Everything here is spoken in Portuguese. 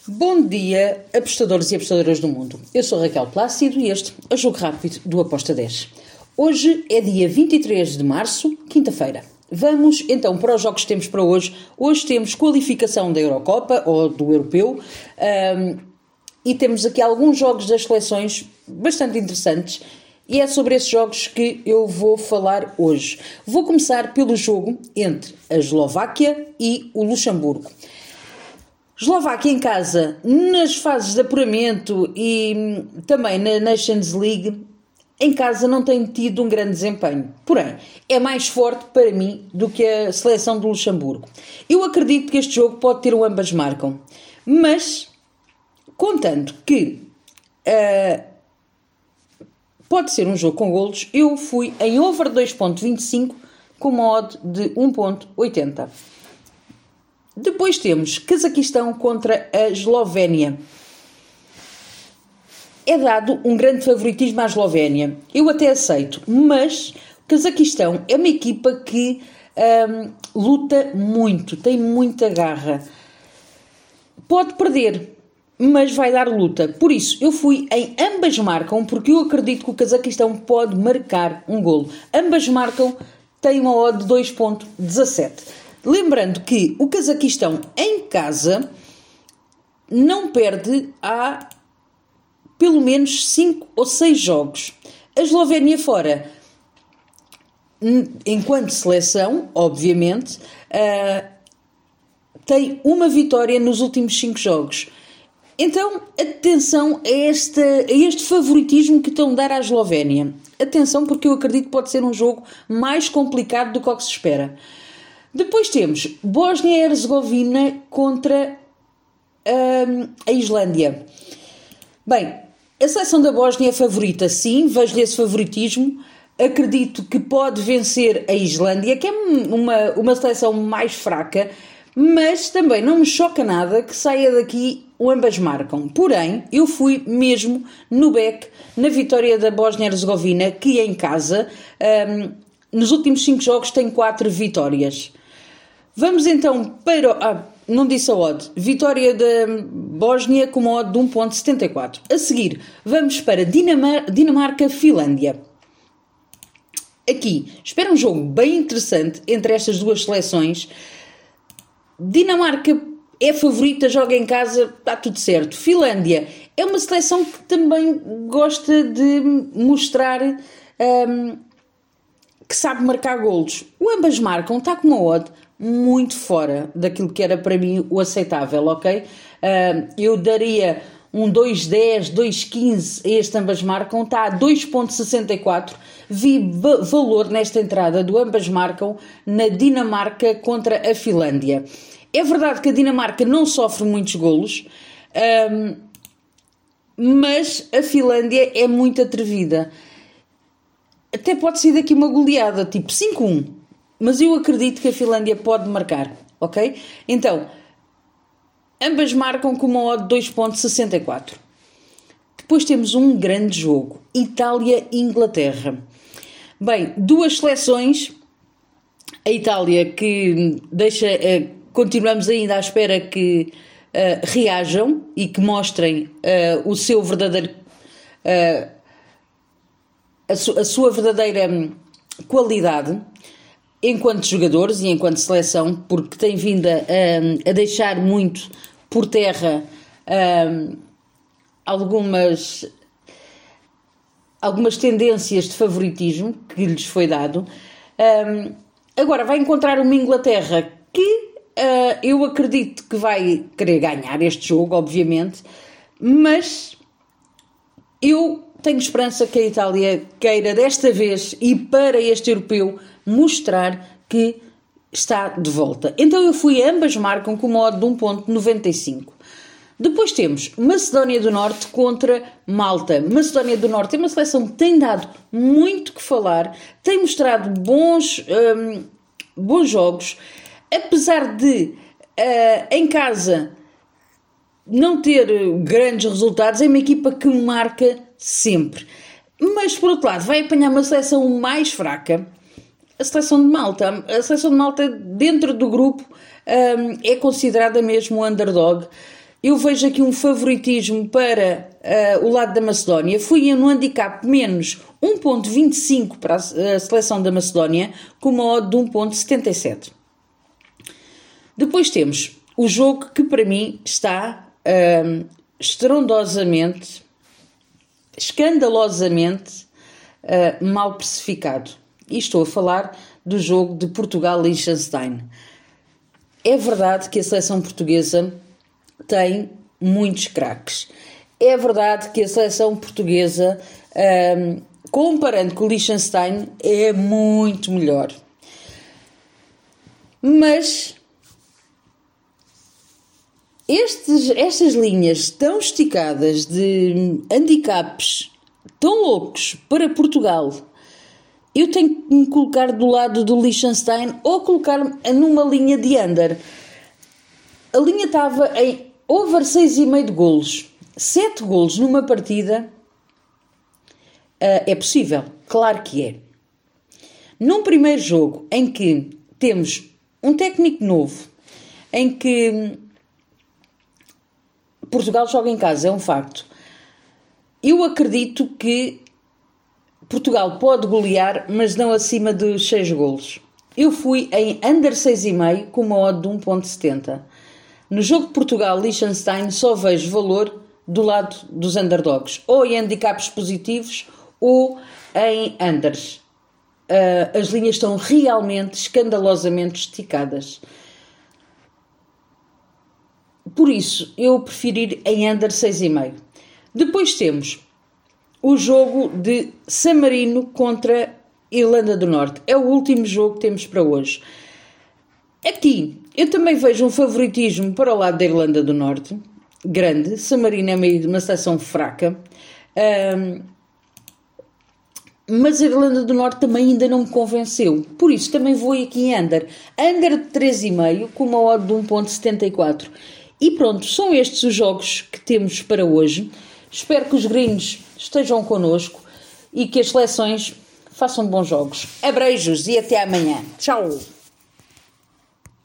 Bom dia, apostadores e apostadoras do mundo. Eu sou Raquel Plácido e este é o Jogo Rápido do Aposta 10. Hoje é dia 23 de março, quinta-feira. Vamos então para os jogos que temos para hoje. Hoje temos qualificação da Eurocopa ou do Europeu e temos aqui alguns jogos das seleções bastante interessantes e é sobre esses jogos que eu vou falar hoje. Vou começar pelo jogo entre a Eslováquia e o Luxemburgo. Eslováquia em casa, nas fases de apuramento e também na Nations League, em casa não tem tido um grande desempenho. Porém, é mais forte para mim do que a seleção do Luxemburgo. Eu acredito que este jogo pode ter um ambas marcam. Mas, contando que pode ser um jogo com golos, eu fui em over 2.25 com uma odd de 1.80. Depois temos Cazaquistão contra a Eslovénia. É dado um grande favoritismo à Eslovénia. Eu até aceito, mas o Cazaquistão é uma equipa que luta muito, tem muita garra. Pode perder, mas vai dar luta. Por isso, eu fui em ambas marcam, porque eu acredito que o Cazaquistão pode marcar um golo. Ambas marcam, tem uma odd de 2.17. Lembrando que o Cazaquistão em casa não perde há pelo menos 5 ou 6 jogos. A Eslovénia fora, enquanto seleção, obviamente, tem uma vitória nos últimos 5 jogos. Então, atenção a este favoritismo que estão a dar à Eslovénia. Atenção, porque eu acredito que pode ser um jogo mais complicado do que o que se espera. Depois temos Bósnia e Herzegovina contra a Islândia. Bem, a seleção da Bósnia é favorita, sim, vejo-lhe esse favoritismo. Acredito que pode vencer a Islândia, que é uma seleção mais fraca, mas também não me choca nada que saia daqui o ambas marcam. Porém, eu fui mesmo no back na vitória da Bósnia e Herzegovina, que em casa, nos últimos 5 jogos, tem 4 vitórias. Vamos então para... não disse a odd. Vitória da Bósnia com uma odd de 1.74. A seguir, vamos para Dinamarca-Finlândia. Aqui, espera um jogo bem interessante entre estas duas seleções. Dinamarca é favorita, joga em casa, está tudo certo. Finlândia é uma seleção que também gosta de mostrar que sabe marcar golos. O ambas marcam, está com uma odd muito fora daquilo que era para mim o aceitável, ok? Eu daria um 2.10, 2.15 a este ambas marcam, está a 2.64. Vi valor nesta entrada do ambas marcam na Dinamarca contra a Finlândia. É verdade que a Dinamarca não sofre muitos golos, mas a Finlândia é muito atrevida. Até pode ser daqui uma goleada, tipo 5-1. Mas eu acredito que a Finlândia pode marcar, ok? Então, ambas marcam com uma odd de 2.64. Depois temos um grande jogo, Itália e Inglaterra. Bem, duas seleções, a Itália que deixa... continuamos ainda à espera que reajam e que mostrem o seu verdadeiro... a sua verdadeira qualidade enquanto jogadores e enquanto seleção, porque tem vindo a deixar muito por terra algumas tendências de favoritismo que lhes foi dado. Agora vai encontrar uma Inglaterra que eu acredito que vai querer ganhar este jogo, obviamente, mas eu tenho esperança que a Itália queira desta vez e para este europeu mostrar que está de volta. Então eu fui ambas marcam com uma odd de 1.95. Depois temos Macedónia do Norte contra Malta. Macedónia do Norte é uma seleção que tem dado muito que falar, tem mostrado bons jogos, apesar de em casa não ter grandes resultados, é uma equipa que marca sempre. Mas, por outro lado, vai apanhar uma seleção mais fraca, a seleção de Malta. A seleção de Malta, dentro do grupo, é considerada mesmo underdog. eu vejo aqui um favoritismo para o lado da Macedónia. Fui no handicap menos 1.25 para a seleção da Macedónia, com uma odd de 1.77. Depois temos o jogo que para mim está estrondosamente, escandalosamente mal precificado. E estou a falar do jogo de Portugal-Liechtenstein. É verdade que a seleção portuguesa tem muitos craques. É verdade que a seleção portuguesa, comparando com o Liechtenstein, é muito melhor. Mas estas linhas tão esticadas de handicaps tão loucos para Portugal, eu tenho que me colocar do lado do Liechtenstein ou colocar-me numa linha de under. A linha estava em over 6,5 de golos. 7 golos numa partida é possível, claro que é. Num primeiro jogo em que temos um técnico novo, em que Portugal joga em casa, é um facto. Eu acredito que Portugal pode golear, mas não acima dos 6 golos. Eu fui em under 6,5 com uma odd de 1.70. No jogo de Portugal-Liechtenstein só vejo valor do lado dos underdogs, ou em handicaps positivos ou em unders. As linhas estão realmente escandalosamente esticadas. Por isso, eu prefiro ir em under 6,5. Depois temos o jogo de San Marino contra Irlanda do Norte. É o último jogo que temos para hoje. Aqui, eu também vejo um favoritismo para o lado da Irlanda do Norte, grande. San Marino é meio de uma seleção fraca. Mas a Irlanda do Norte também ainda não me convenceu. Por isso, também vou aqui em under. Under de 3,5 com uma odd de 1.74. E pronto, são estes os jogos que temos para hoje. Espero que os gringos estejam connosco e que as seleções façam bons jogos. Abreijos e até amanhã. Tchau!